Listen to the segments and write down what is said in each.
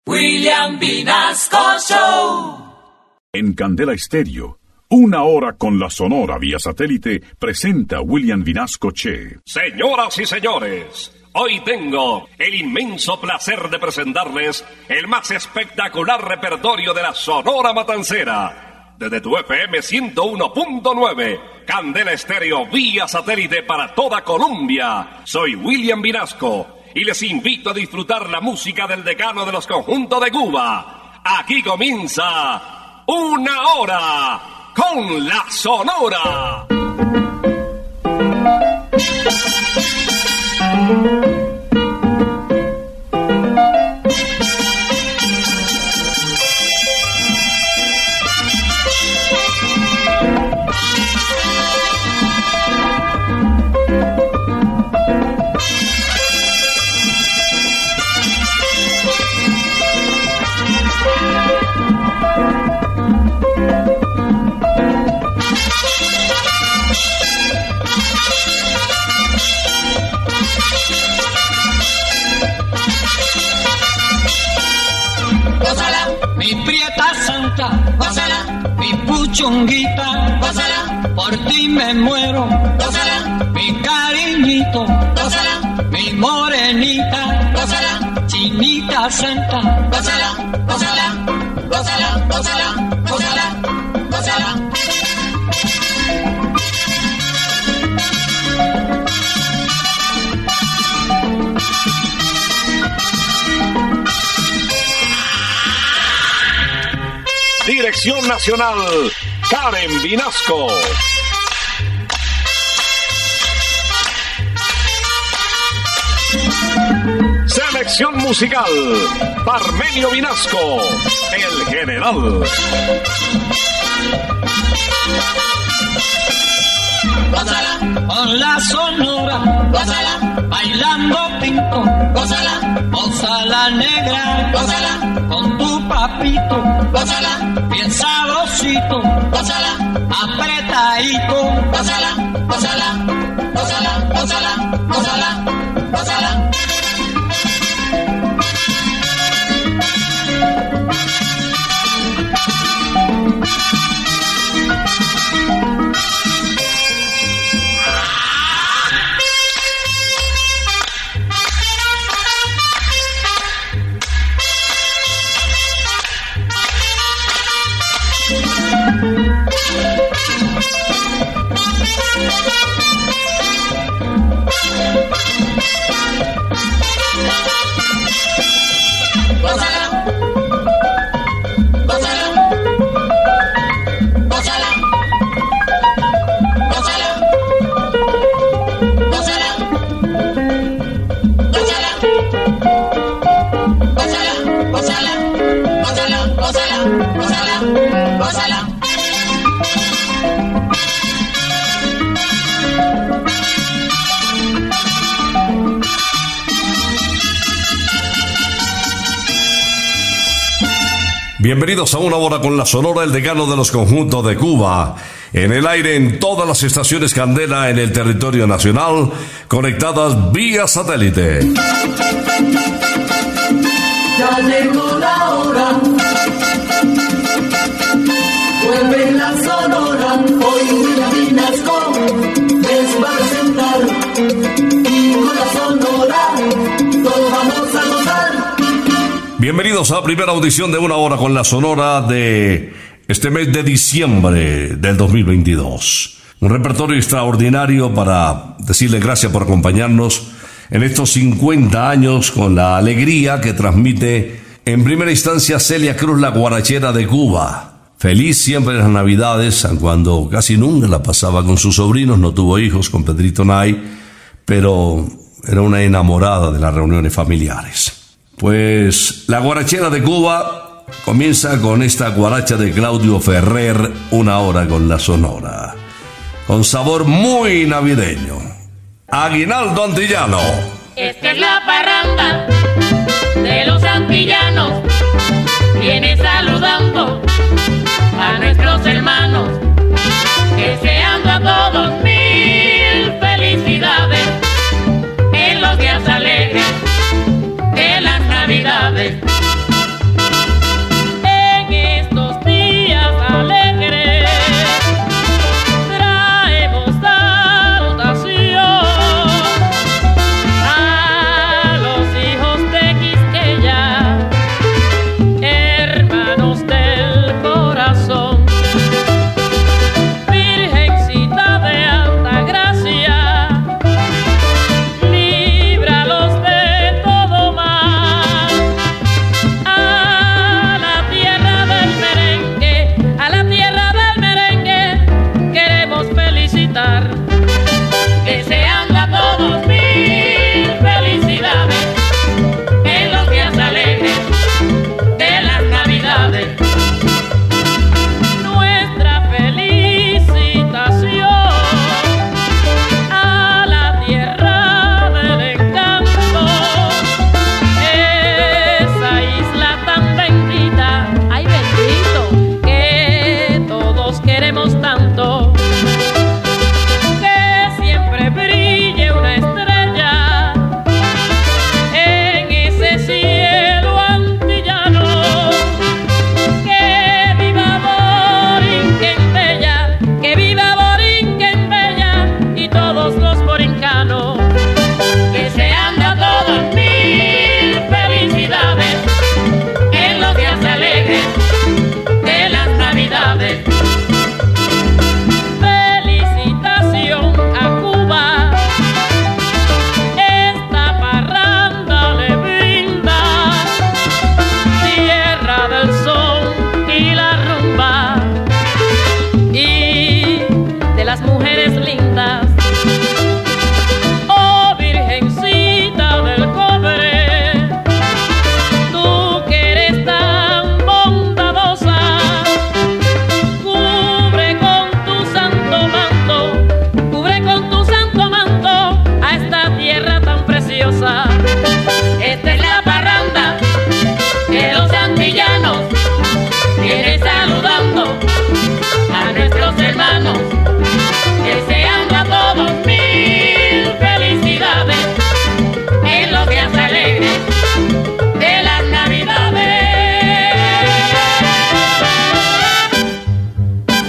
William Vinasco Show. En Candela Estéreo, una hora con la Sonora vía satélite, presenta William Vinasco Che. Señoras y señores, hoy tengo el inmenso placer de presentarles el más espectacular repertorio de la Sonora Matancera. Desde tu FM 101.9, Candela Estéreo vía satélite para toda Colombia. Soy William Vinasco y les invito a disfrutar la música del decano de los conjuntos de Cuba. Aquí comienza Una Hora con la Sonora. Mi prieta santa, gózala, mi puchonguita, gózala, por ti me muero, gózala, mi cariñito, gózala, mi morenita, gózala, chinita santa, gózala, gózala, gózala, gózala, gózala, gózala. Dirección Nacional, Karen Vinasco. Selección musical, Parmenio Vinasco, el general. Gózala, con la Sonora, gózala, bailando pinto, gózala, gózala negra, gózala, con tu papito, gózala, bien sabrosito, gózala, apretadito, gózala, gózala, gózala, gózala, gózala, gózala. Bienvenidos a Una Hora con la Sonora, el decano de los conjuntos de Cuba. En el aire en todas las estaciones Candela en el territorio nacional, conectadas vía satélite. Ya llegó la hora. Vuelve la Sonora. Hoy William Vinasco les va a presentar. Y con la Sonora todos vamos a gozar. Bienvenidos a la primera audición de Una Hora con la Sonora de este mes de diciembre del 2022. Un repertorio extraordinario para decirle gracias por acompañarnos en estos 50 años con la alegría que transmite en primera instancia Celia Cruz, la guarachera de Cuba. Feliz siempre en las Navidades, aun cuando casi nunca la pasaba con sus sobrinos, no tuvo hijos con Pedrito Nay, pero era una enamorada de las reuniones familiares. Pues la guarachera de Cuba comienza con esta guaracha de Claudio Ferrer, Una Hora con la Sonora, con sabor muy navideño. Aguinaldo Antillano. Esta es la parranda de los antillanos, viene saludando a nuestros hermanos, deseando a todos mil felicidades en los días alegres de las Navidades.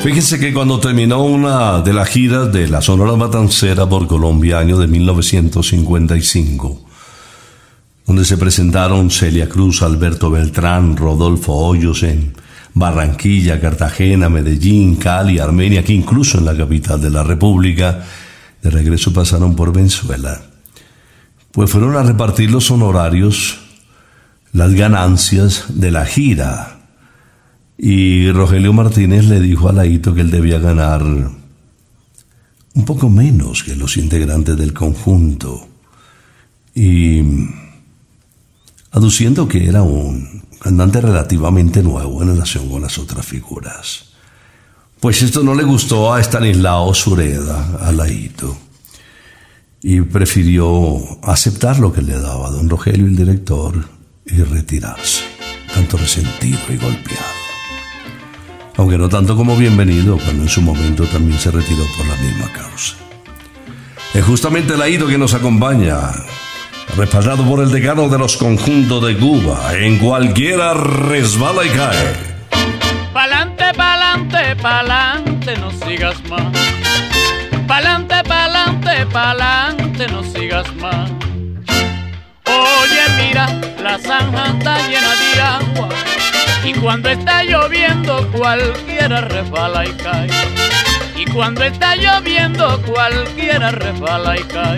Fíjense que cuando terminó una de las giras de la Sonora Matancera por Colombia, año de 1955, donde se presentaron Celia Cruz, Alberto Beltrán, Rodolfo Hoyos en Barranquilla, Cartagena, Medellín, Cali, Armenia, que incluso en la capital de la República, de regreso pasaron por Venezuela, pues fueron a repartir los honorarios, las ganancias de la gira. Y Rogelio Martínez le dijo a Laito que él debía ganar un poco menos que los integrantes del conjunto, y aduciendo que era un cantante relativamente nuevo en relación con las otras figuras. Pues esto no le gustó a Estanislao Sureda, a Laito, y prefirió aceptar lo que le daba don Rogelio, el director, y retirarse, tanto resentido y golpeado. Aunque no tanto como Bienvenido, cuando en su momento también se retiró por la misma causa. Es justamente Laito que nos acompaña, respaldado por el decano de los conjuntos de Cuba, en Cualquiera Resbala y Cae. Pa'lante, pa'lante, pa'lante, no sigas más. Pa'lante, pa'lante, pa'lante, no sigas más. Oye, mira, la zanja está llena de agua, y cuando está lloviendo cualquiera resbala y cae. Y cuando está lloviendo cualquiera resbala y cae.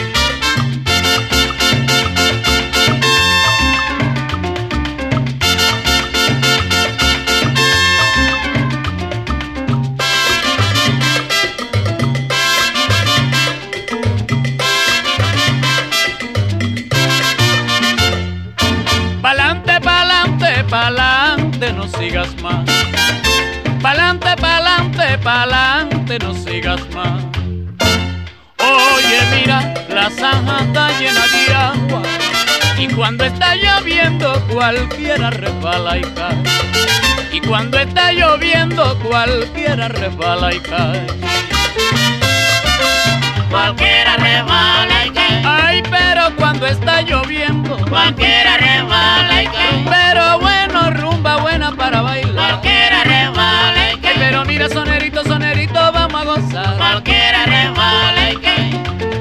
Pa'lante, pa'lante, pa'lante, no sigas más. Pa'lante, pa'lante, pa'lante, no sigas más. Oye, mira, la zanja está llena de agua, y cuando está lloviendo cualquiera resbala y cae. Y cuando está lloviendo cualquiera resbala y cae. Cualquiera resbala y cae. Ay, pero cuando está lloviendo Cualquiera resbala y cae. pero bueno, rumba buena para bailar. Cualquiera resbala y Ay, cae. pero mira, sonerito, sonerito, vamos a gozar. Cualquiera resbala y cae.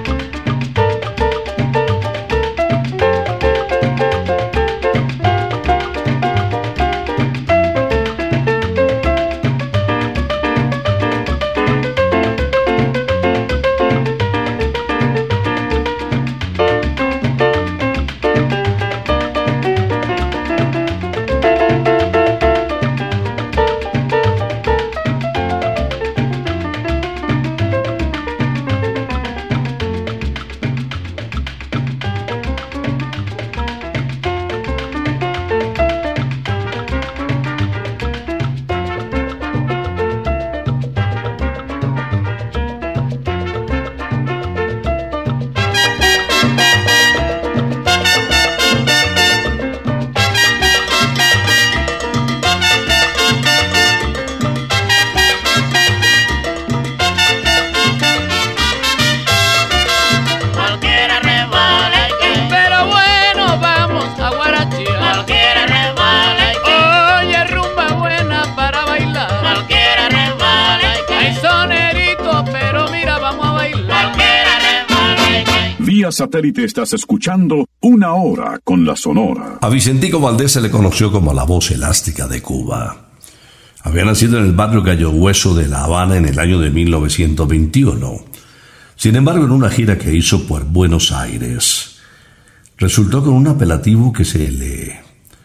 Vía satélite estás escuchando Una Hora con la Sonora. A Vicentico Valdés se le conoció como la voz elástica de Cuba. Había nacido en el barrio Gallo Hueso de La Habana en el año de 1921. Sin embargo, en una gira que hizo por Buenos Aires, resultó con un apelativo que se le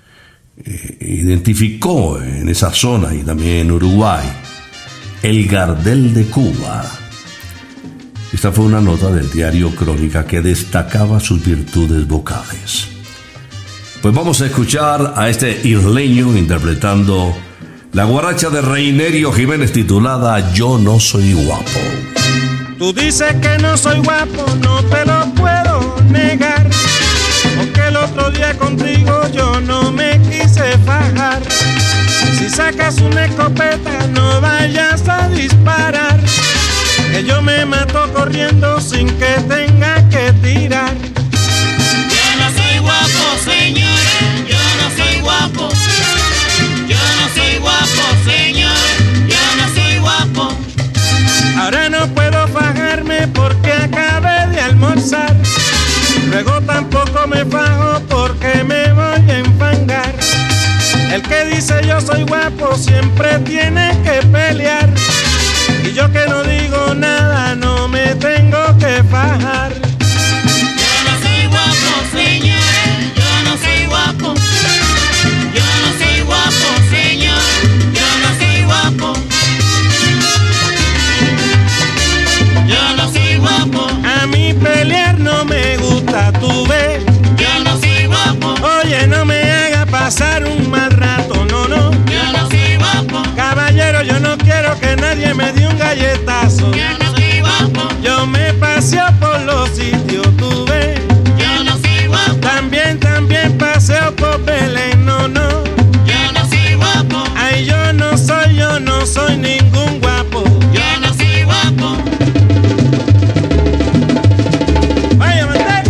identificó en esa zona y también en Uruguay: el Gardel de Cuba. Esta fue una nota del diario Crónica que destacaba sus virtudes vocales. Pues vamos a escuchar a este isleño interpretando la guaracha de Reinerio Jiménez titulada Yo no soy guapo. Tú dices que no soy guapo, no te lo puedo negar, porque el otro día contigo yo no me quise fajar. Si sacas una escopeta no vayas a disparar, que yo me mato corriendo sin que tenga que tirar. Yo no soy guapo, señora, yo no soy guapo. Yo no soy guapo, señora, yo no soy guapo. El que dice yo soy guapo siempre tiene que pelear. Y yo que no digo nada no me tengo que fajar. Yo no soy guapo, señores, yo no soy guapo. Yo no soy guapo, señor, yo no soy guapo. Yo no soy guapo. A mí pelear no me gusta, tú ves. Yo no soy guapo. Oye, no me haga pasar un mal rato, no, no. Yo no soy guapo. Caballero, yo no quiero que nadie me dé un galletazo. Yo no soy guapo. Yo me paseo por los sitios, tú ves. Yo no soy guapo. También paseo por Belén, no, no. Yo no soy guapo. Ay, yo no soy ningún guapo. Yo no soy guapo. Vaya, manteca.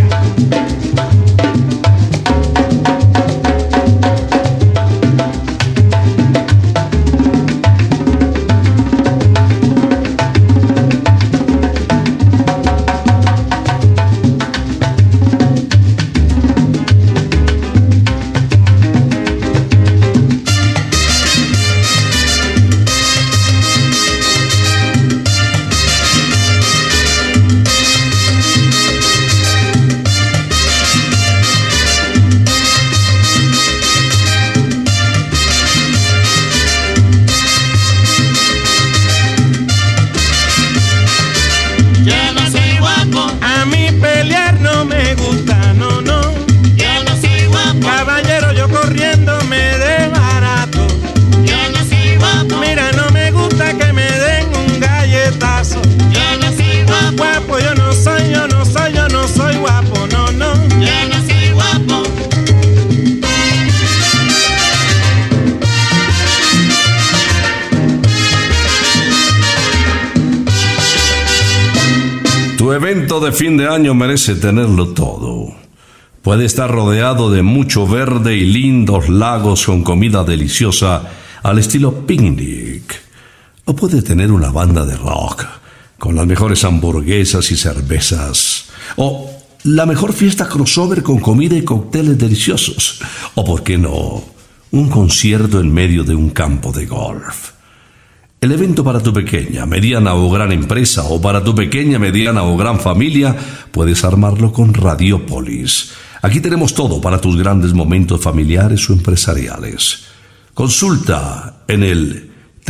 Tu evento de fin de año merece tenerlo todo. Puede estar rodeado de mucho verde y lindos lagos con comida deliciosa al estilo picnic. O puede tener una banda de rock con las mejores hamburguesas y cervezas. O la mejor fiesta crossover con comida y cócteles deliciosos. O, ¿por qué no?, un concierto en medio de un campo de golf. El evento para tu pequeña, mediana o gran empresa, o para tu pequeña, mediana o gran familia, puedes armarlo con Radiopolis. Aquí tenemos todo para tus grandes momentos familiares o empresariales. Consulta en el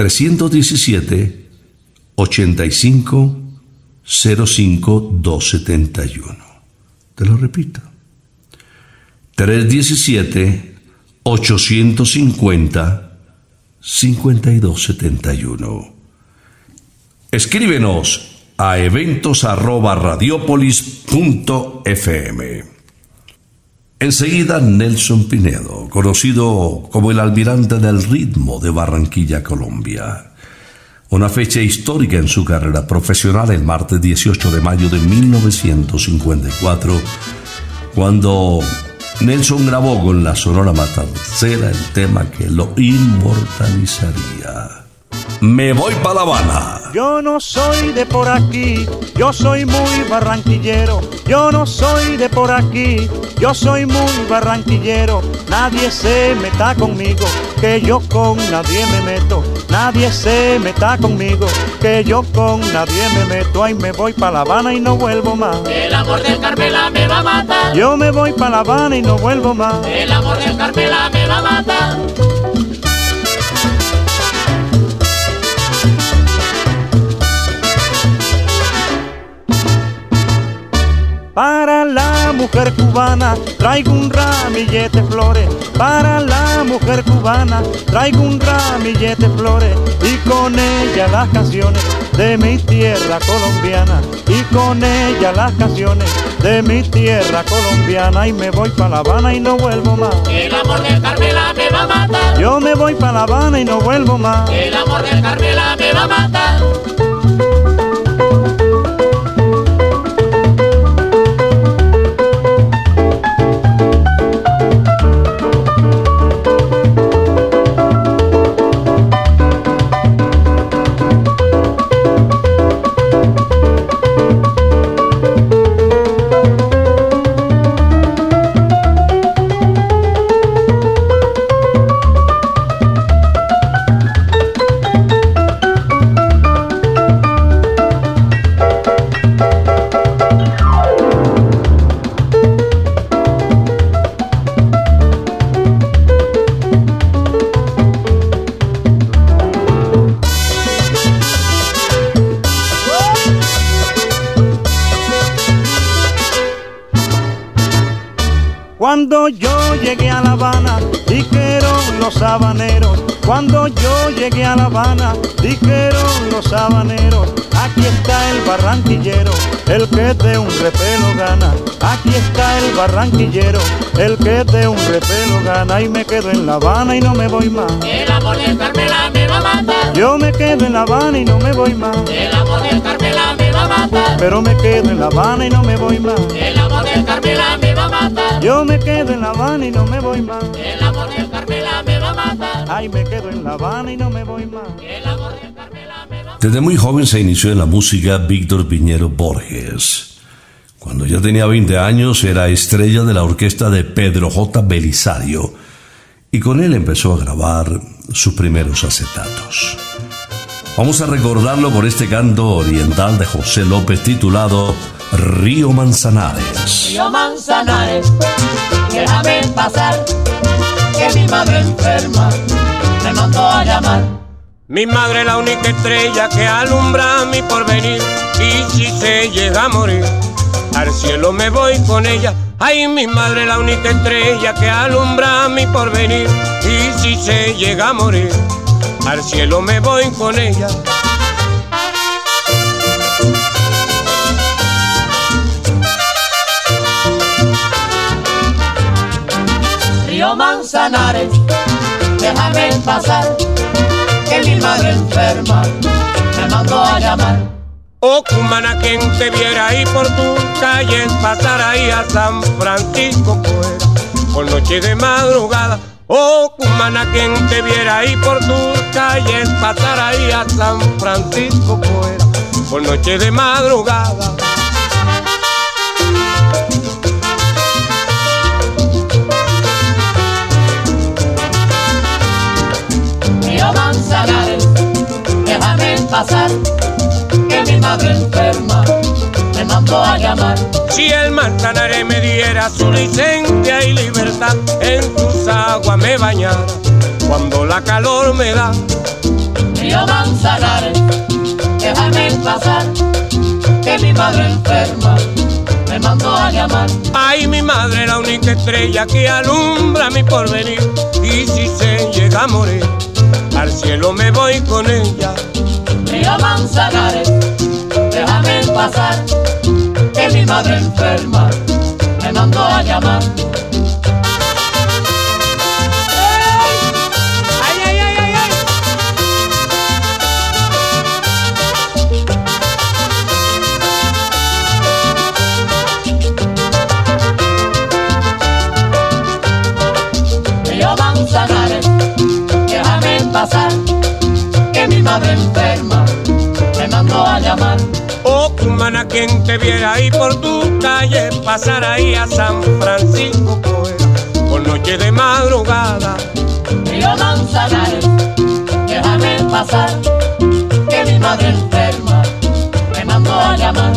317 85 05 271. Te lo repito. 317 850 5271. Escríbenos a eventos@radiopolis.fm. Enseguida, Nelson Pinedo, conocido como el almirante del ritmo de Barranquilla, Colombia. Una fecha histórica en su carrera profesional, el martes 18 de mayo de 1954, cuando Nelson grabó con la Sonora Matancera el tema que lo inmortalizaría. Me voy pa' La Habana. Yo no soy de por aquí, yo soy muy barranquillero. Yo no soy de por aquí, yo soy muy barranquillero. Nadie se meta conmigo, que yo con nadie me meto. Nadie se meta conmigo, que yo con nadie me meto. Ay, me voy pa' La Habana y no vuelvo más. El amor del Carmela me va a matar. Yo me voy pa' La Habana y no vuelvo más. El amor del Carmela me va a matar. Para la mujer cubana traigo un ramillete de flores. Para la mujer cubana traigo un ramillete de flores. Y con ella las canciones de mi tierra colombiana. Y con ella las canciones de mi tierra colombiana. Y me voy pa' La Habana y no vuelvo más. El amor del Carmela me va a matar. Yo me voy pa' La Habana y no vuelvo más. El amor del Carmela me va a matar. Cuando yo llegué a La Habana, dijeron los habaneros. Cuando yo llegué a La Habana, dijeron los habaneros. Aquí está el barranquillero, el que de un repelo gana. Aquí está el barranquillero, el que de un repelo gana. Y me quedo en La Habana y no me voy más. El amor de Carmela me va a matar. Yo me quedo en La Habana y no me voy más. El amor de Carmela me va a matar. Pero me quedo en La Habana y no me voy más. El amor de Carmela me va a matar. Yo me quedo en La Habana y no me voy más. El amor de Carmela me va a matar. Ay, me quedo en La Habana y no me voy más. El amor de Carmela me va a matar. Desde muy joven se inició en la música Víctor Piñero Borges. Cuando ya tenía 20 años era estrella de la orquesta de Pedro J. Belisario y con él empezó a grabar sus primeros acetatos. Vamos a recordarlo por este canto oriental de José López titulado Río Manzanares. Río Manzanares, déjame pasar, que mi madre enferma me mandó a llamar. Mi madre es la única estrella que alumbra mi porvenir, y si se llega a morir, al cielo me voy con ella. Ay, mi madre es la única estrella que alumbra mi porvenir, y si se llega a morir, al cielo me voy con ella. Río Manzanares, déjame pasar, que mi madre enferma me mandó a llamar. Oh, cumana, quien te viera ahí por tu calle, pasar ahí a San Francisco fuera, por noche de madrugada. Oh, cumana, quien te viera ahí por tus calles, pasar ahí a San Francisco fuera, por noche de madrugada. Río Manzanares, déjame pasar, que mi madre enferma me mandó a llamar. Si el Manzanares me diera su licencia y libertad, en sus aguas me bañara cuando la calor me da. Río Manzanares, déjame pasar, que mi madre enferma me mandó a llamar. Ay, mi madre, la única estrella que alumbra mi porvenir, y si se llega a morir, al cielo me voy con ella. Río Manzanares, déjame pasar, que mi madre enferma me mandó a llamar. ¡Ay, ay, ay, ay, ay! Río Manzanares, déjame pasar, que mi madre enferma me mandó a llamar. Oh, cumana, quien te viera ahí por tu calle, pasar ahí a San Francisco fuera, por noche de madrugada. Río Manzanares, déjame pasar, que mi madre enferma me mandó a llamar.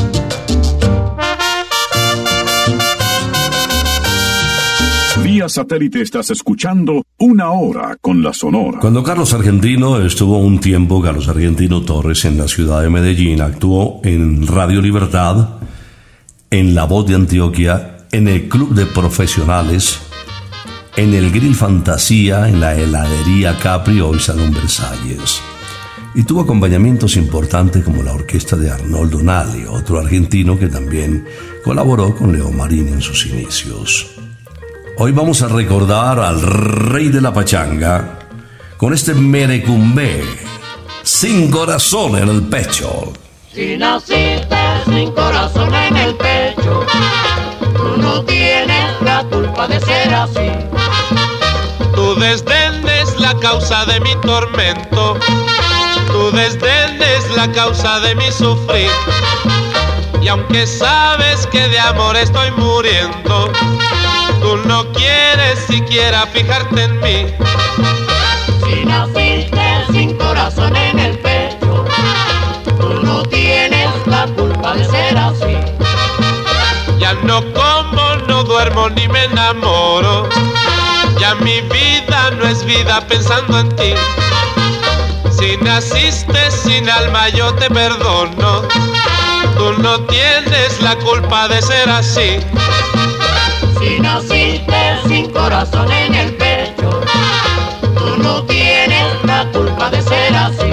Vía satélite estás escuchando Una Hora con la Sonora. Cuando Carlos Argentino estuvo un tiempo, Carlos Argentino Torres, en la ciudad de Medellín, actuó en Radio Libertad, en La Voz de Antioquia, en el Club de Profesionales, en el Grill Fantasía, en la heladería Capri, hoy Salón Versalles. Y tuvo acompañamientos importantes como la orquesta de Arnoldo Nali, otro argentino que también colaboró con Leo Marín en sus inicios. Hoy vamos a recordar al rey de la pachanga con este merecumbé, Sin Corazón en el Pecho. Si naciste sin corazón en el pecho, tú no tienes la culpa de ser así. Tu desdén es la causa de mi tormento, tu desdén es la causa de mi sufrir. Y aunque sabes que de amor estoy muriendo, tú no quieres siquiera fijarte en mí. Si naciste sin corazón en el pecho, tú no tienes la culpa de ser así. Ya no como, no duermo ni me enamoro, ya mi vida no es vida pensando en ti. Si naciste sin alma yo te perdono, tú no tienes la culpa de ser así. Si naciste sin corazón en el pecho, tú no tienes la culpa de ser así.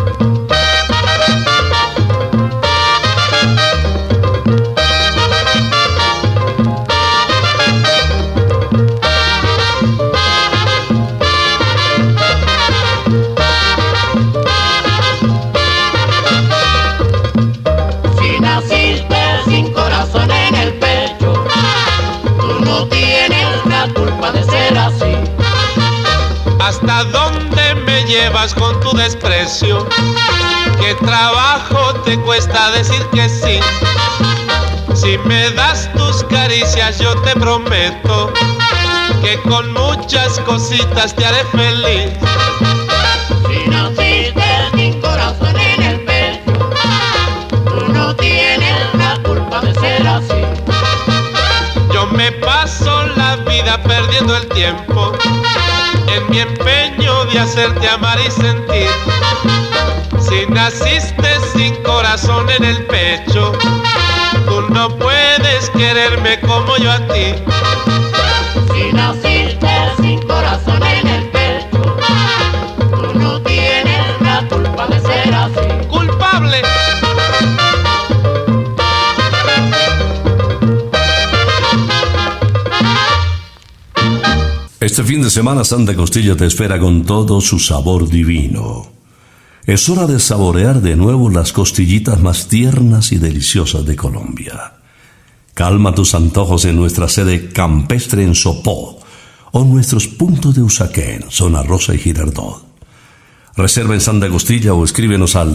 ¿Hasta dónde me llevas con tu desprecio? ¿Qué trabajo te cuesta decir que sí? Si me das tus caricias yo te prometo que con muchas cositas te haré feliz. Si naciste sin corazón en el pecho, tú no tienes la culpa de ser así. Yo me paso la vida perdiendo el tiempo en mi empeño de hacerte amar y sentir. Si naciste sin corazón en el pecho, tú no puedes quererme como yo a ti. Si naciste sin corazón en el pecho, tú no tienes la culpa de ser así. ¡Culpable! Este fin de semana Santa Costilla te espera con todo su sabor divino. Es hora de saborear de nuevo las costillitas más tiernas y deliciosas de Colombia. Calma tus antojos en nuestra sede campestre en Sopó o nuestros puntos de Usaquén, Zona Rosa y Girardot. Reserva en Santa Costilla o escríbenos al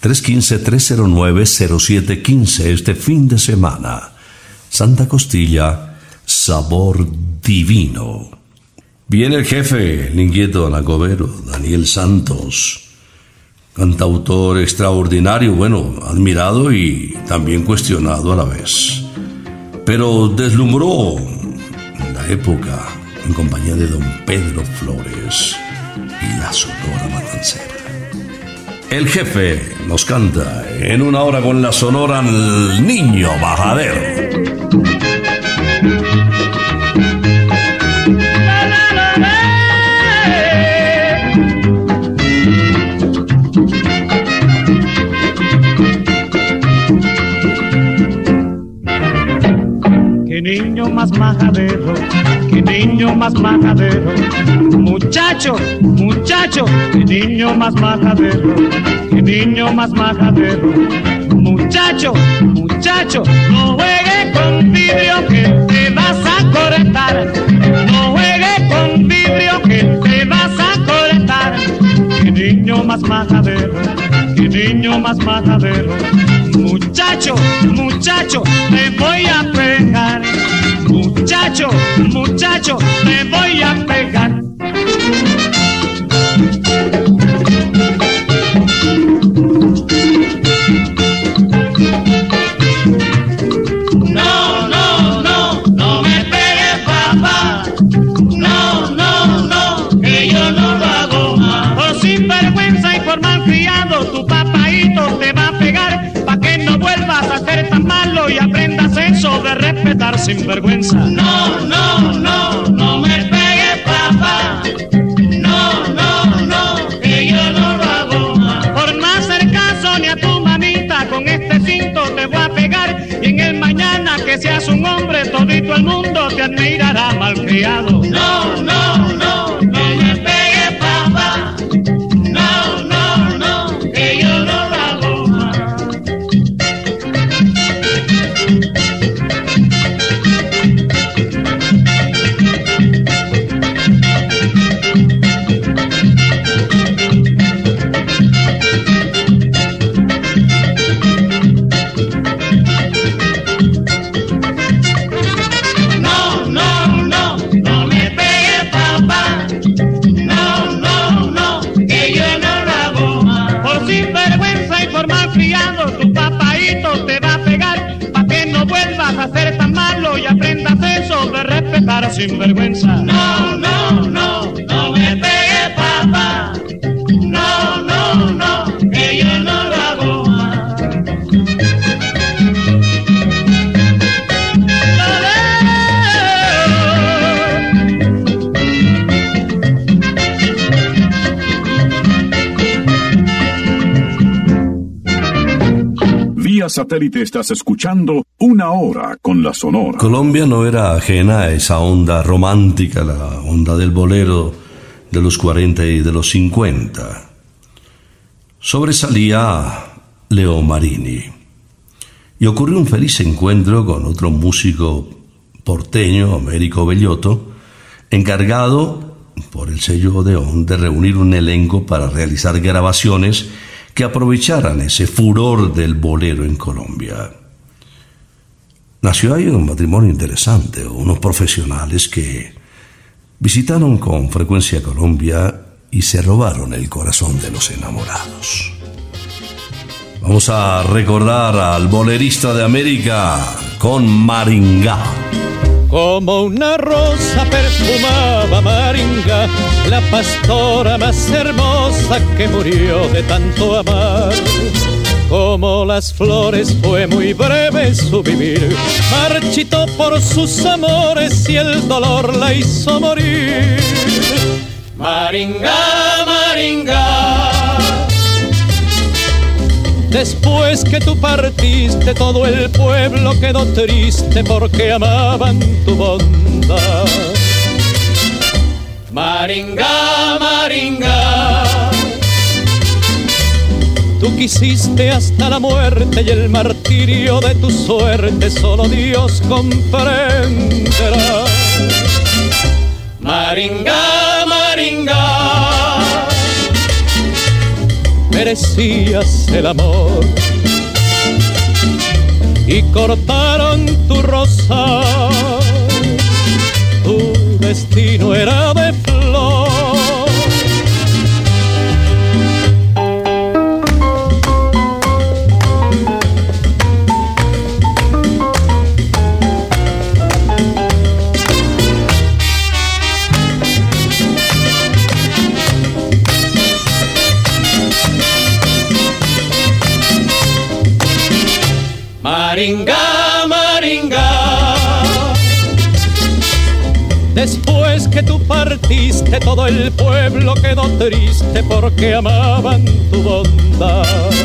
315-309-0715 este fin de semana. Santa Costilla, sabor divino. Viene el jefe, el inquieto anacobero, Daniel Santos, cantautor extraordinario, bueno, admirado y también cuestionado a la vez. Pero deslumbró en la época en compañía de don Pedro Flores y la Sonora Matancera. El jefe nos canta en una hora con la Sonora El Niño Majadero. Qué niño más majadero, qué niño más majadero. Muchacho, muchacho, qué niño más majadero, qué niño más majadero. Muchacho, muchacho, no juegue con vidrio que te vas a cortar. No juegue con vidrio que te vas a cortar. Qué niño más majadero, qué niño más majadero. Muchacho, muchacho, te voy a pegar. Muchacho, muchacho, te voy a pegar. No, no, no, no me pegues, papá. No, no, no, que yo no lo hago más. Por sinvergüenza y por malcriado, tu papaíto te va a pegar. Pa' que no vuelvas a ser tan malo y aprendas eso de respetar sinvergüenza. No, no, no, no me pegues, papá. No, no, no, que yo no lo hago más. Por no hacer caso ni a tu mamita, con este cinto te voy a pegar. Y en el mañana que seas un hombre, todito el mundo te admirará, malcriado. No, no, no, no me pegues, papá. No, no, no, que yo no lo hago más. No, no, no, no me pegues, papá. No, no, no, que yo no lo hago más. Por sinvergüenza y por malcriado, tu papaíto te va a pegar. Pa' que no vuelvas a ser tan malo y aprendas eso de respetar sinvergüenza. No, no, no, no me pegues, papá. No, no, no, que yo no lo hago más. satélite estás escuchando Una Hora con la Sonora. Colombia no era ajena a esa onda romántica, la onda del bolero de los 40 y de los 50. Sobresalía Leo Marini. Y ocurrió un feliz encuentro con otro músico porteño, Américo Bellotto, encargado por el sello Odeón de reunir un elenco para realizar grabaciones que aprovecharan ese furor del bolero en Colombia. Nació ahí un matrimonio interesante, unos profesionales que visitaron con frecuencia Colombia y se robaron el corazón de los enamorados. Vamos a recordar al bolerista de América con Maringá. Como una rosa perfumaba Maringá, la pastora más hermosa que murió de tanto amar. Como las flores fue muy breve su vivir, marchitó por sus amores y el dolor la hizo morir. Maringá, Maringá, después que tú partiste, todo el pueblo quedó triste porque amaban tu bondad. Maringá, Maringá, tú quisiste hasta la muerte y el martirio de tu suerte solo Dios comprenderá. Maringá, Maringá, merecías el amor y cortaron tu rosa, tu destino era de flor. Maringá, Maringá, después que tú partiste, todo el pueblo quedó triste porque amaban tu bondad.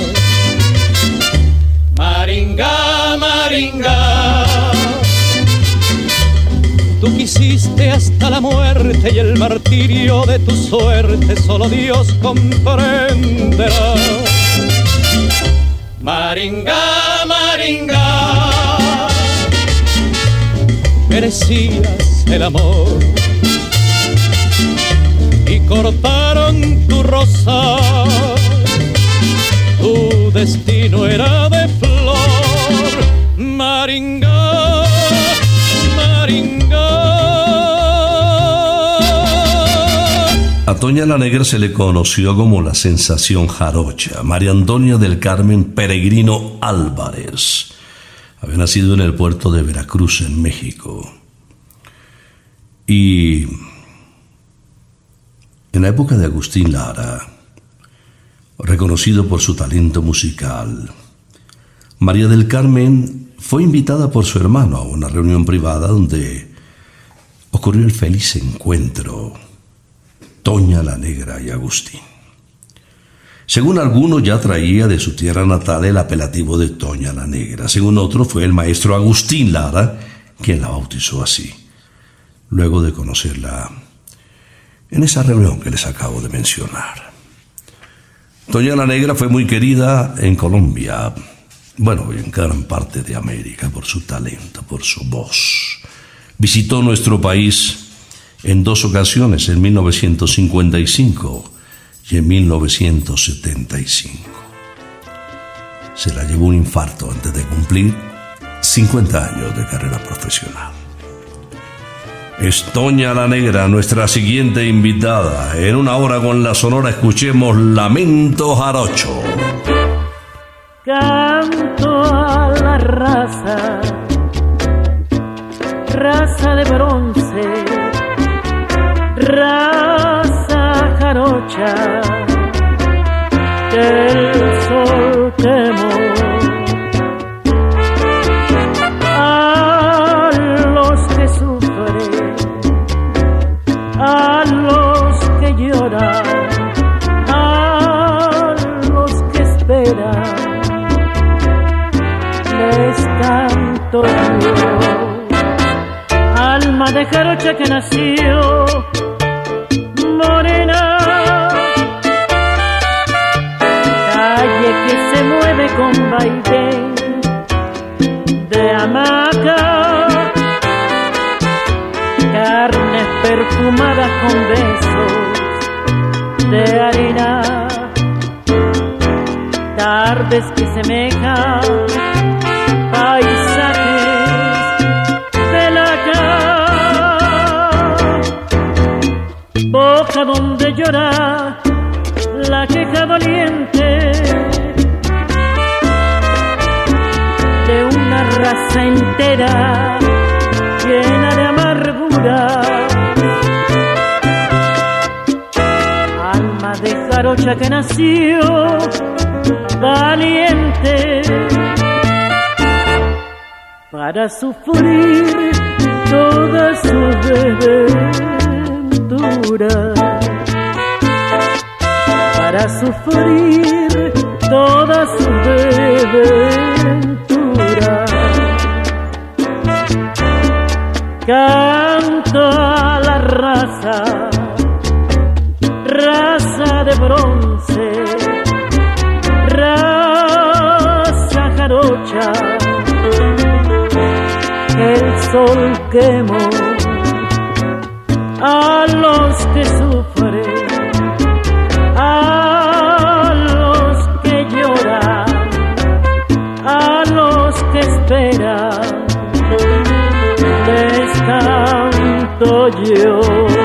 Maringá, Maringá, tú quisiste hasta la muerte y el martirio de tu suerte solo Dios comprenderá. Maringá, Maringá, merecías el amor y cortaron tu rosa, tu destino era de flor. Maringá, Maringá. A Toña la Negra se le conoció como la sensación jarocha. María Antonia del Carmen Peregrino Álvarez había nacido en el puerto de Veracruz, en México. Y en la época de Agustín Lara, reconocido por su talento musical, María del Carmen fue invitada por su hermano a una reunión privada donde ocurrió el feliz encuentro Toña la Negra y Agustín. Según algunos, ya traía de su tierra natal el apelativo de Toña la Negra. Según otros, fue el maestro Agustín Lara quien la bautizó así, luego de conocerla en esa reunión que les acabo de mencionar. Toña la Negra fue muy querida en Colombia, bueno, en gran parte de América, por su talento, por su voz. Visitó nuestro país en 2 ocasiones, en 1955 y en 1975. Se la llevó un infarto antes de cumplir 50 años de carrera profesional. Es Toña la Negra, nuestra siguiente invitada. En Una Hora con la Sonora escuchemos Lamento Jarocho. Canto a la raza, raza de bronce, raza jarocha, que el sol quemó. A los que sufren, a los que lloran, a los que esperan, jarocha que nació morena, calle que se mueve con vaivén de hamaca, carnes perfumadas con besos de harina, tardes que semejan paisajes de la boca donde llora la queja doliente de una raza entera llena de amargura, alma de jarocha que nació valiente para sufrir todas sus desventuras, para sufrir todas sus desventuras. Canto a la raza de bronce, raza jarocha, el sol quemó a los que sufren, a los que lloran, a los que esperan, les canto yo.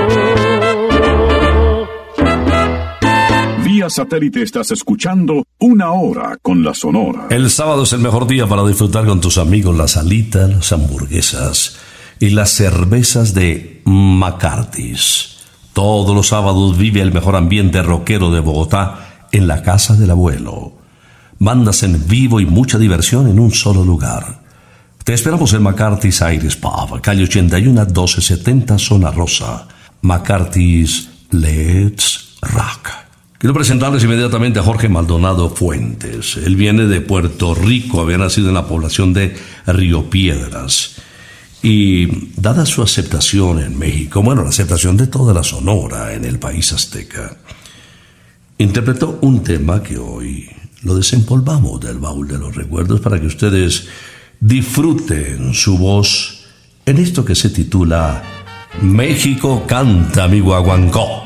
Vía satélite estás escuchando Una Hora con la Sonora. El sábado es el mejor día para disfrutar con tus amigos las alitas, las hamburguesas y las cervezas de McCarthy's. Todos los sábados vive el mejor ambiente rockero de Bogotá en la casa del abuelo. Bandas en vivo y mucha diversión en un solo lugar. Te esperamos en McCarthy's Irish Pub, calle 81 1270, zona rosa. McCarthy's Let's Rock. Quiero presentarles inmediatamente a Jorge Maldonado Fuentes. Él viene de Puerto Rico, había nacido en la población de Río Piedras. Y dada su aceptación en México, bueno, la aceptación de toda la Sonora en el país azteca, interpretó un tema que hoy lo desempolvamos del baúl de los recuerdos para que ustedes disfruten su voz en esto que se titula México canta mi guaguancó.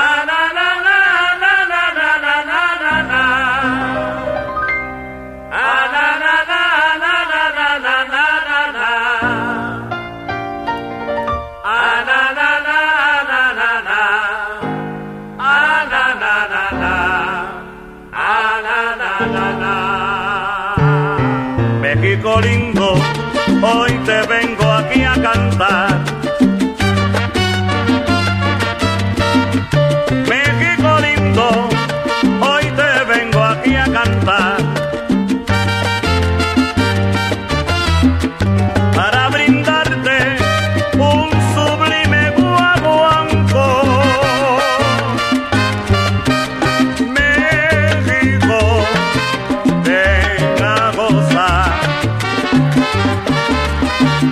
México lindo, hoy te vengo aquí a cantar. México lindo, hoy te vengo aquí a cantar. Para brindarte un sublime guaguancó. México, ven a gozar.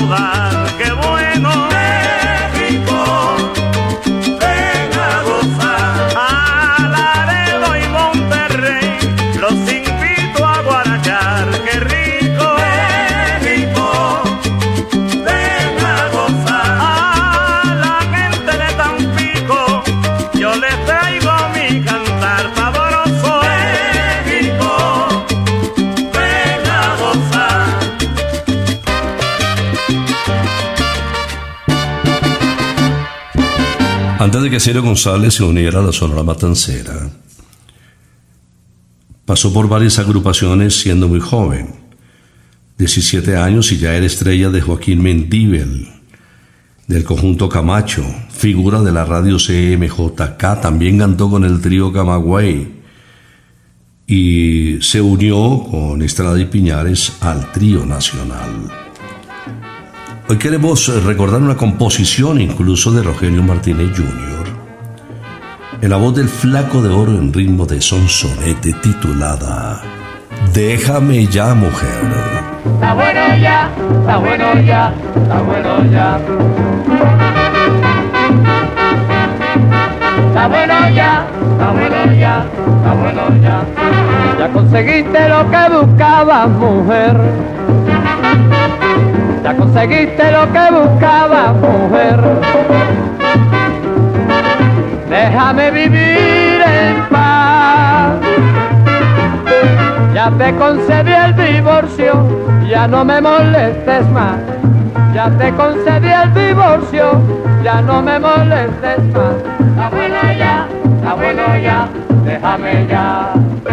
sudar, qué bueno. México, ven a gozar. A Laredo y Monterrey los invito a guarachar, qué rico. México, ven a gozar. A la gente de Tampico yo les traigo mi cantar sabroso. México, ven a gozar. Antes de que Ciro González se uniera a la Sonora Matancera, pasó por varias agrupaciones siendo muy joven, 17 años, y ya era estrella de Joaquín Mendíbel, del conjunto Camacho, figura de la radio CMJK, también cantó con el trío Camagüey y se unió con Estrada y Piñares al trío nacional. Hoy queremos recordar una composición incluso de Rogelio Martínez Jr., en la voz del Flaco de Oro en ritmo de sonsonete, titulada Déjame ya, mujer. Está bueno ya, está bueno ya, está bueno ya. Está bueno ya, está bueno ya, está bueno ya. Ya conseguiste lo que buscabas, mujer. Ya conseguiste lo que buscabas, mujer. Déjame vivir en paz. Ya te concedí el divorcio, ya no me molestes más. Ya te concedí el divorcio, ya no me molestes más. Está bueno ya, déjame ya.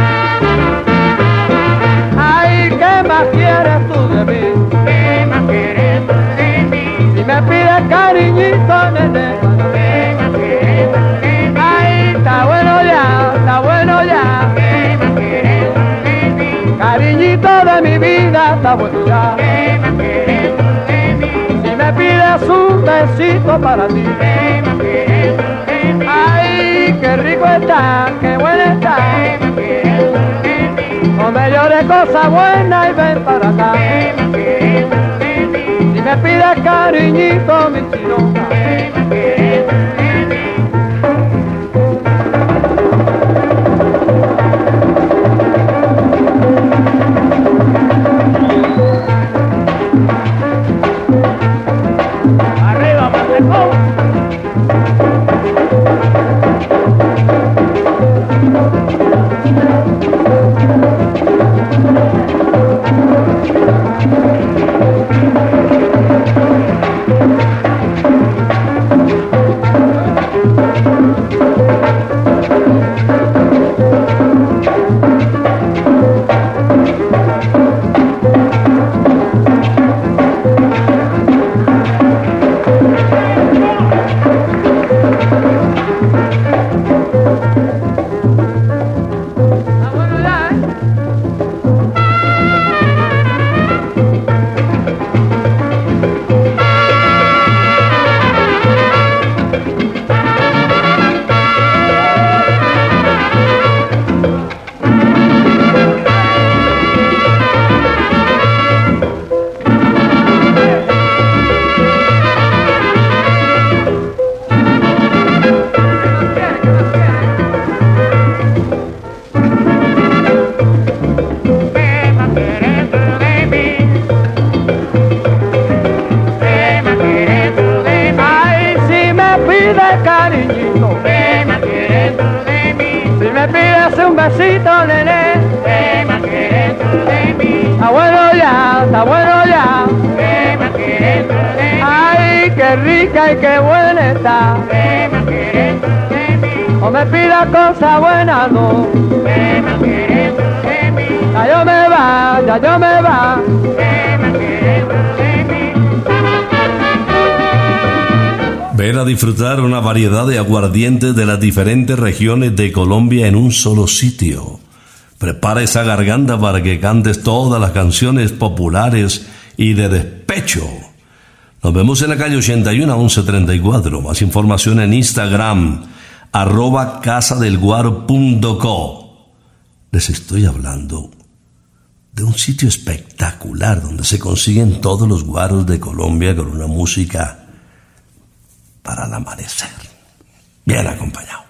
Ay, ¿qué más quieres tú de mí? ¿Qué más quieres tú de mí? Si me pides cariñito, nene. ¿Qué más quieres tú de mí? Ay, está bueno ya, está bueno ya. ¿Qué más quieres tú de mí? Cariñito de mi vida, está bueno ya. ¿Qué más quieres tú de mí? Si me pides un besito para ti. ¿Qué más quieres tú de mí? Ay, qué rico está, qué bueno está. ¿Qué más quieres tú de mí? No me llores cosas buenas y ven para acá. Si me pides cariñito, mi chinoca. Arriba, Matecón. Ay, qué buena está. No me pida cosa buena, no. Ya yo me va, ya yo me va. Ven a disfrutar una variedad de aguardientes de las diferentes regiones de Colombia en un solo sitio. Prepara esa garganta para que cantes todas las canciones populares y de despecho. Nos vemos en la calle 81 1134. Más información en Instagram, @casadelguaro.co. Les estoy hablando de un sitio espectacular donde se consiguen todos los guaros de Colombia con una música para el amanecer, bien acompañado.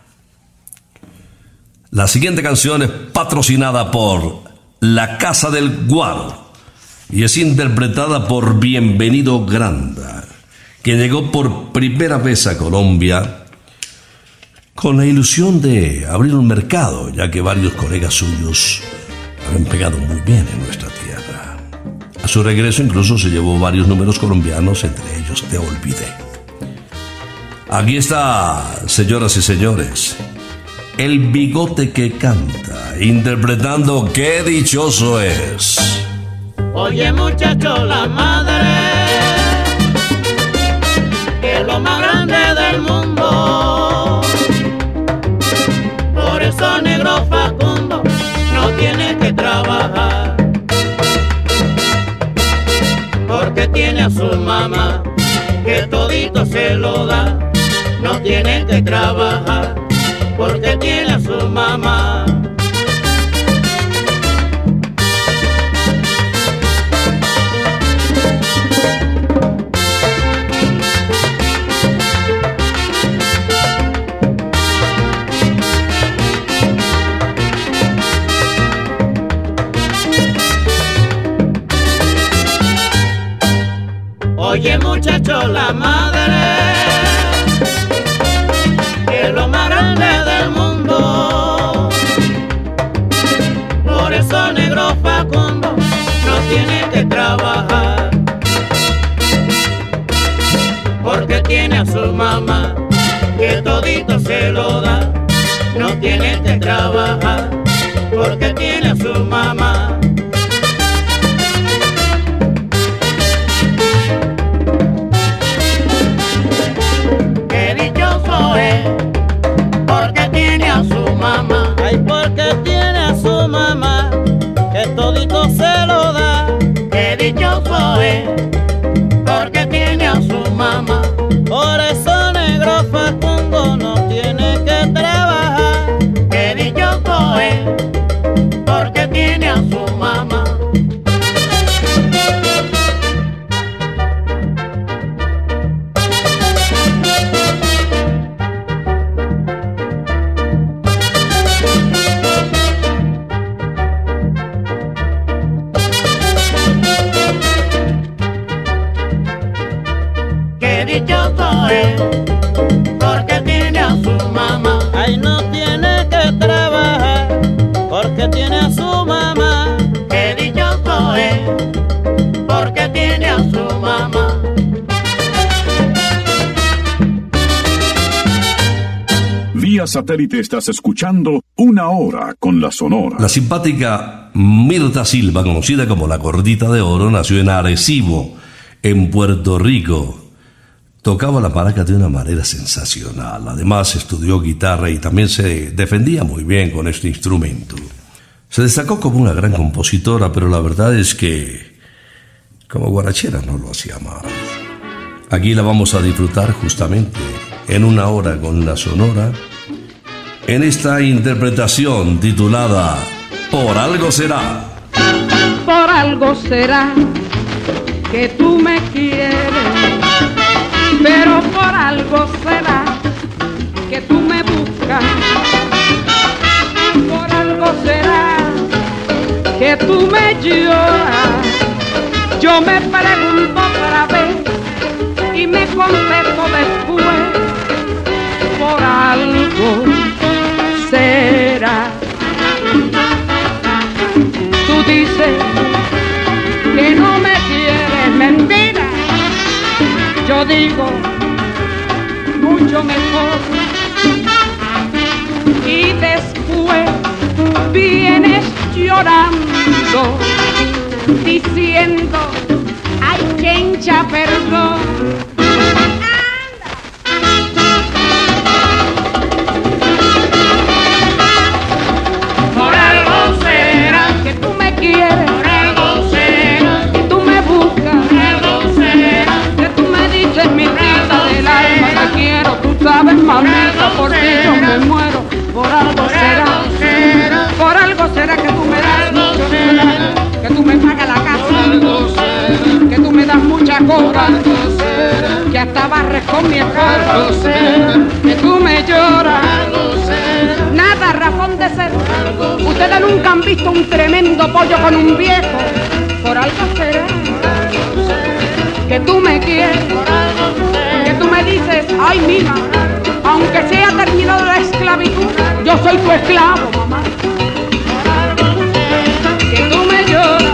La siguiente canción es patrocinada por La Casa del Guaro y es interpretada por Bienvenido Granda, que llegó por primera vez a Colombia con la ilusión de abrir un mercado, ya que varios colegas suyos habían pegado muy bien en nuestra tierra. A su regreso incluso se llevó varios números colombianos, entre ellos Te Olvidé. Aquí está, señoras y señores, El Bigote que Canta, interpretando Qué Dichoso Es. Oye muchacho, la madre que es lo más grande del mundo. Por eso negro Facundo no tiene que trabajar, porque tiene a su mamá que todito se lo da. No tiene que trabajar, porque tiene a su mamá. Oye muchacho, la madre que es lo más grande del mundo. Por eso negro Facundo no tiene que trabajar, porque tiene a su mamá que todito se lo da. No tiene que trabajar, porque tiene a su mamá. Porque tiene a su mamá. Ay, porque tiene a su mamá que todito se lo da. Qué dichoso es, porque tiene a su mamá. Por eso negro Facundo no tiene que trabajar. Qué dichoso es, porque tiene a su mamá. Porque tiene a su mamá. Ay, no tiene que trabajar, porque tiene a su mamá. Qué dichoso es, porque tiene a su mamá. Vía satélite estás escuchando Una Hora con la Sonora. La simpática Mirta Silva, conocida como la Gordita de Oro, nació en Arecibo, en Puerto Rico. Tocaba la maraca de una manera sensacional. Además estudió guitarra y también se defendía muy bien con este instrumento. Se destacó como una gran compositora, pero la verdad es que como guarachera no lo hacía mal. Aquí la vamos a disfrutar justamente en Una Hora con la Sonora, en esta interpretación titulada Por Algo Será. Por algo será que tú me quieres, pero por algo será que tú me buscas. Por algo será que tú me lloras. Yo me pregunto otra vez y me contesto después. Por algo será. Tú dices que no me quieres, mentira. Yo digo mucho mejor. Y después vienes llorando, diciendo, ay, chencha, perdón. Por algo será que tú me quieres. Por algo será que tú me buscas. Por algo será que tú me dices, mi vida del alma, te quiero. Tú sabes, mamita, por ti yo me muero. Por algo será. Por algo será que tú me das mucho, que tú que hasta barres con mi esfuerzo, que tú me lloras, nada razón de ser. Ustedes nunca han visto un tremendo pollo con un viejo, por algo será que tú me quieres, que tú me dices, ay mija, aunque sea terminado la esclavitud, yo soy tu esclavo, mamá. Que tú me lloras.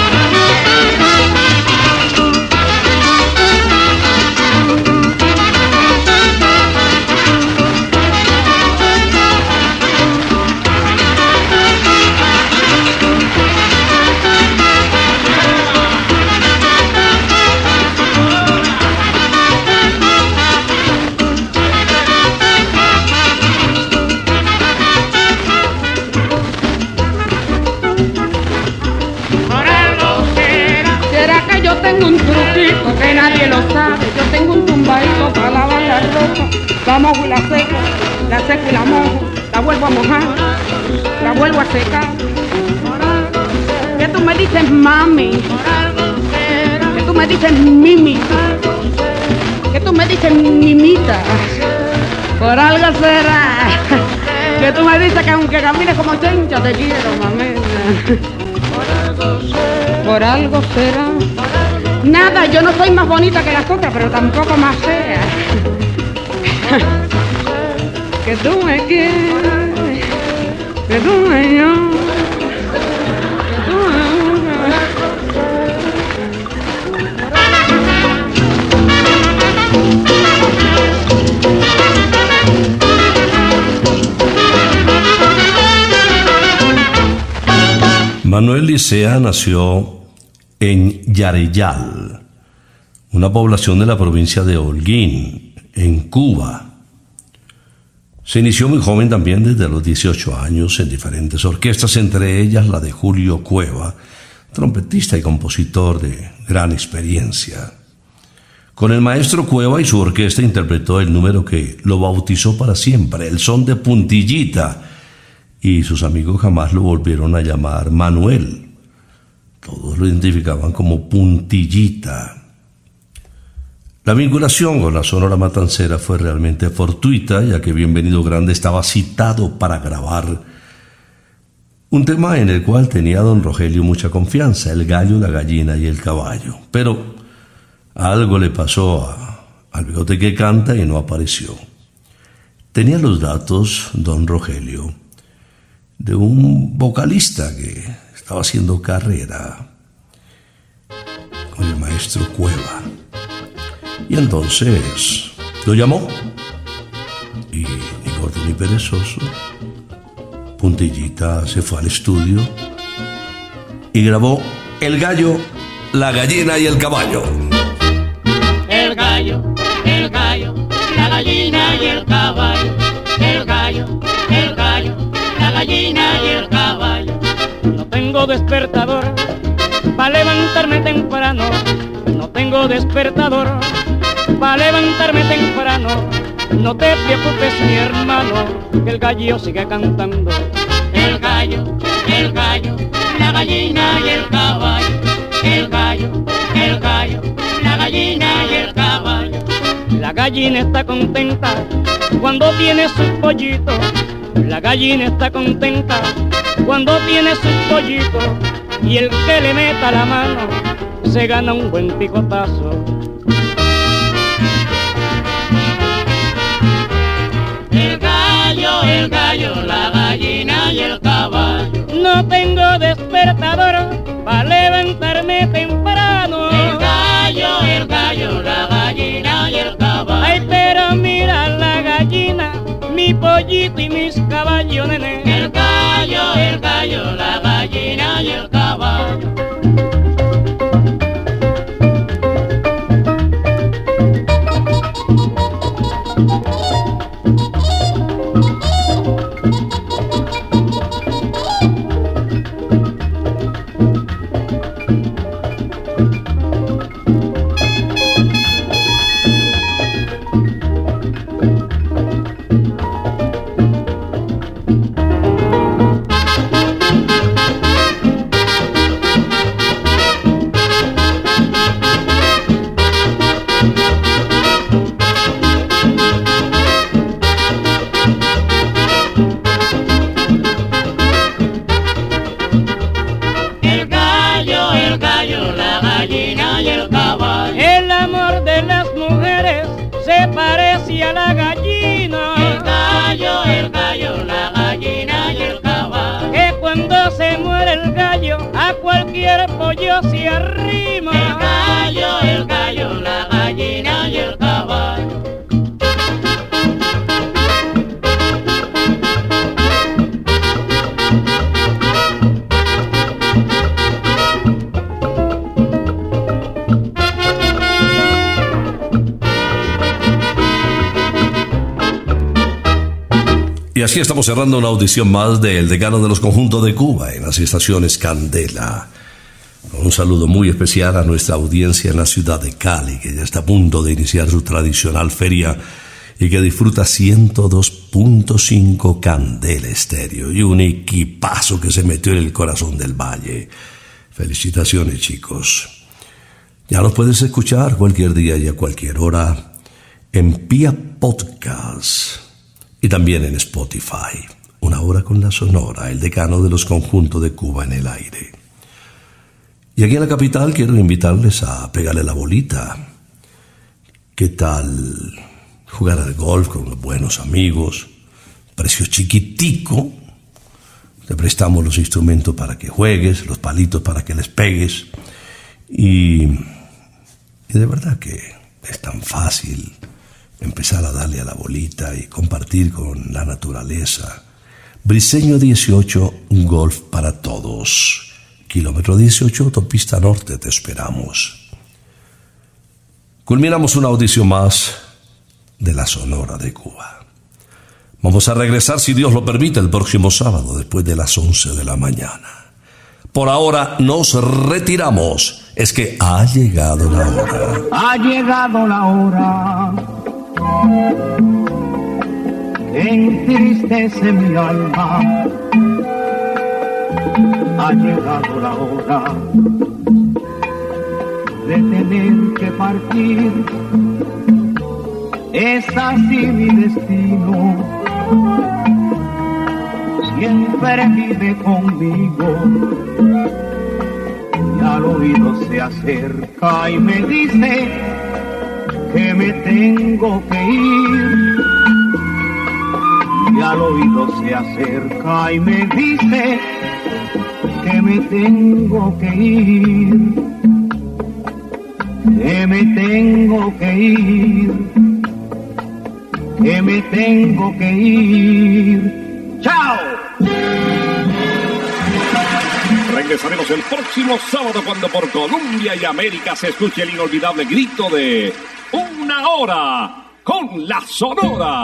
Tengo un truquito que nadie lo sabe. Yo tengo un tumbadito para lavar la ropa. La mojo y la seco y la mojo. La vuelvo a mojar, la vuelvo a secar. Que tú me dices mami, que tú me dices mimi, que tú me dices mimita. Por algo será que tú me dices que aunque camines como chencha te quiero, mamena. Por algo será. Nada, yo no soy más bonita que las otras, pero tampoco más fea. Que tú me quieres, que tú me lloras, que tú me... Manuel Licea nació en Yareyal, una población de la provincia de Holguín, en Cuba. Se inició muy joven también, desde los 18 años, en diferentes orquestas, entre ellas la de Julio Cueva, trompetista y compositor de gran experiencia. Con el maestro Cueva y su orquesta interpretó el número que lo bautizó para siempre, el son de Puntillita, y sus amigos jamás lo volvieron a llamar Manuel. Todos lo identificaban como Puntillita. La vinculación con la Sonora Matancera fue realmente fortuita, ya que Bienvenido Grande estaba citado para grabar un tema en el cual tenía don Rogelio mucha confianza, el gallo, la gallina y el caballo. Pero algo le pasó al bigote que canta y no apareció. Tenía los datos don Rogelio de un vocalista que estaba haciendo carrera con el maestro Cueva. Y entonces lo llamó. Y ni gordo ni perezoso, Puntillita se fue al estudio y grabó El gallo, la gallina y el caballo. El gallo, la gallina y el caballo. El gallo, la gallina y el caballo. No tengo despertador para levantarme temprano. No tengo despertador para levantarme temprano. No te preocupes, mi hermano, que el gallo sigue cantando. El gallo, la gallina y el caballo. El gallo, la gallina y el caballo. La gallina está contenta cuando tiene sus pollitos. La gallina está contenta cuando tiene sus pollitos. Y el que le meta la mano se gana un buen picotazo. El gallo, la gallina y el caballo. No tengo despertador para levantarme temprano. El gallo, la gallina y el caballo. Ay, pero mira la gallina, mi pollito y mis caballos, nene. El gallo, la gallina y el caballo. decía la gallina. El gallo, la gallina y el caballo. Que cuando se muere el gallo, a cualquier pollo se arrima. El gallo, la gallina y el caballo. Y así estamos cerrando una audición más del decano de los conjuntos de Cuba en las estaciones Candela. Un saludo muy especial a nuestra audiencia en la ciudad de Cali, que ya está a punto de iniciar su tradicional feria y que disfruta 102.5 Candela Estéreo y un equipazo que se metió en el corazón del valle. Felicitaciones, chicos. Ya nos puedes escuchar cualquier día y a cualquier hora en Pia Podcast. Y también en Spotify, Una Hora con la Sonora, el decano de los conjuntos de Cuba en el aire. Y aquí en la capital quiero invitarles a pegarle la bolita. ¿Qué tal jugar al golf con los buenos amigos? Precio chiquitico. Te prestamos los instrumentos para que juegues, los palitos para que les pegues. Y de verdad que es tan fácil empezar a darle a la bolita y compartir con la naturaleza. Briceño 18, golf para todos. Kilómetro 18, autopista norte, te esperamos. Culminamos una audición más de la Sonora de Cuba. Vamos a regresar, si Dios lo permite, el próximo sábado, después de las 11 de la mañana. Por ahora nos retiramos. Es que ha llegado la hora. Ha llegado la hora que entristece mi alma. Ha llegado la hora de tener que partir. Es así mi destino, siempre vive conmigo. Y al oído se acerca y me dice que me tengo que ir. Y al oído se acerca y me dice que me tengo que ir. Que me tengo que ir. Que me tengo que ir. ¡Chao! Regresaremos el próximo sábado cuando por Colombia y América se escuche el inolvidable grito de Una Hora con la Sonora.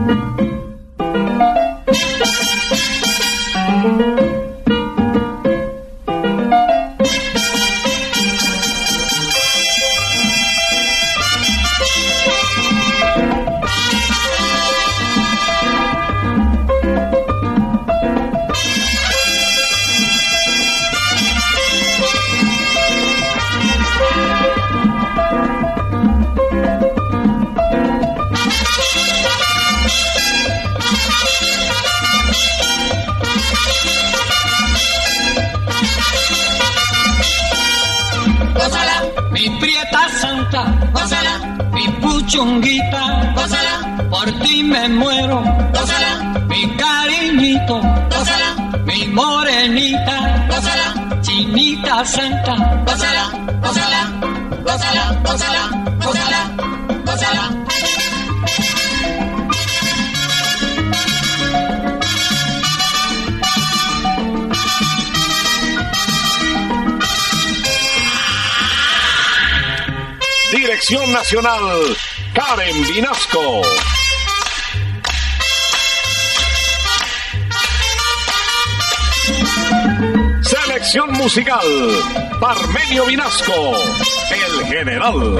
Mi prieta santa, gózala, mi puchunguita, gózala, por ti me muero, gózala, mi cariñito, gózala, mi morenita, gózala, chinita santa, gózala, gózala, gózala, gózala, gózala, gózala. Dirección Nacional, Karen Vinasco. Selección musical, Parmenio Vinasco, el general.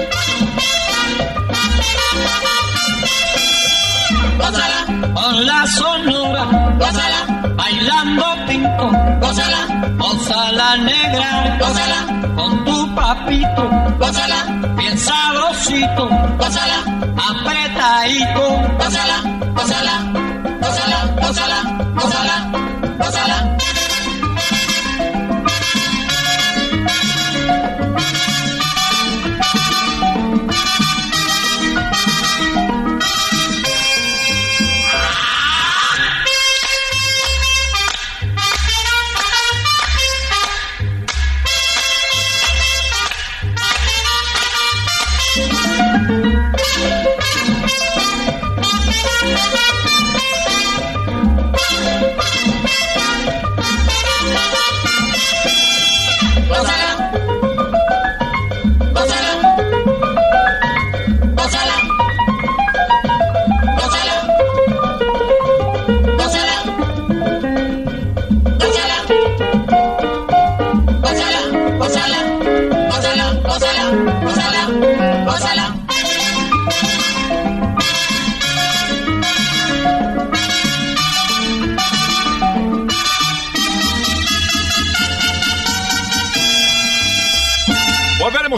Gózala, con la Sonora, gózala, bailando pinto, gózala, gózala negra, gózala, con tu papito, gózala, bien sabrosito, gózala, apretadito, gózala, gózala, gózala, gózala, gózala, gózala.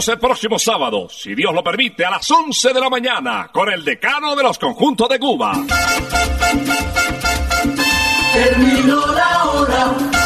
vemos el próximo sábado, si Dios lo permite, a las 11 de la mañana, con el decano de los conjuntos de Cuba. Terminó la hora.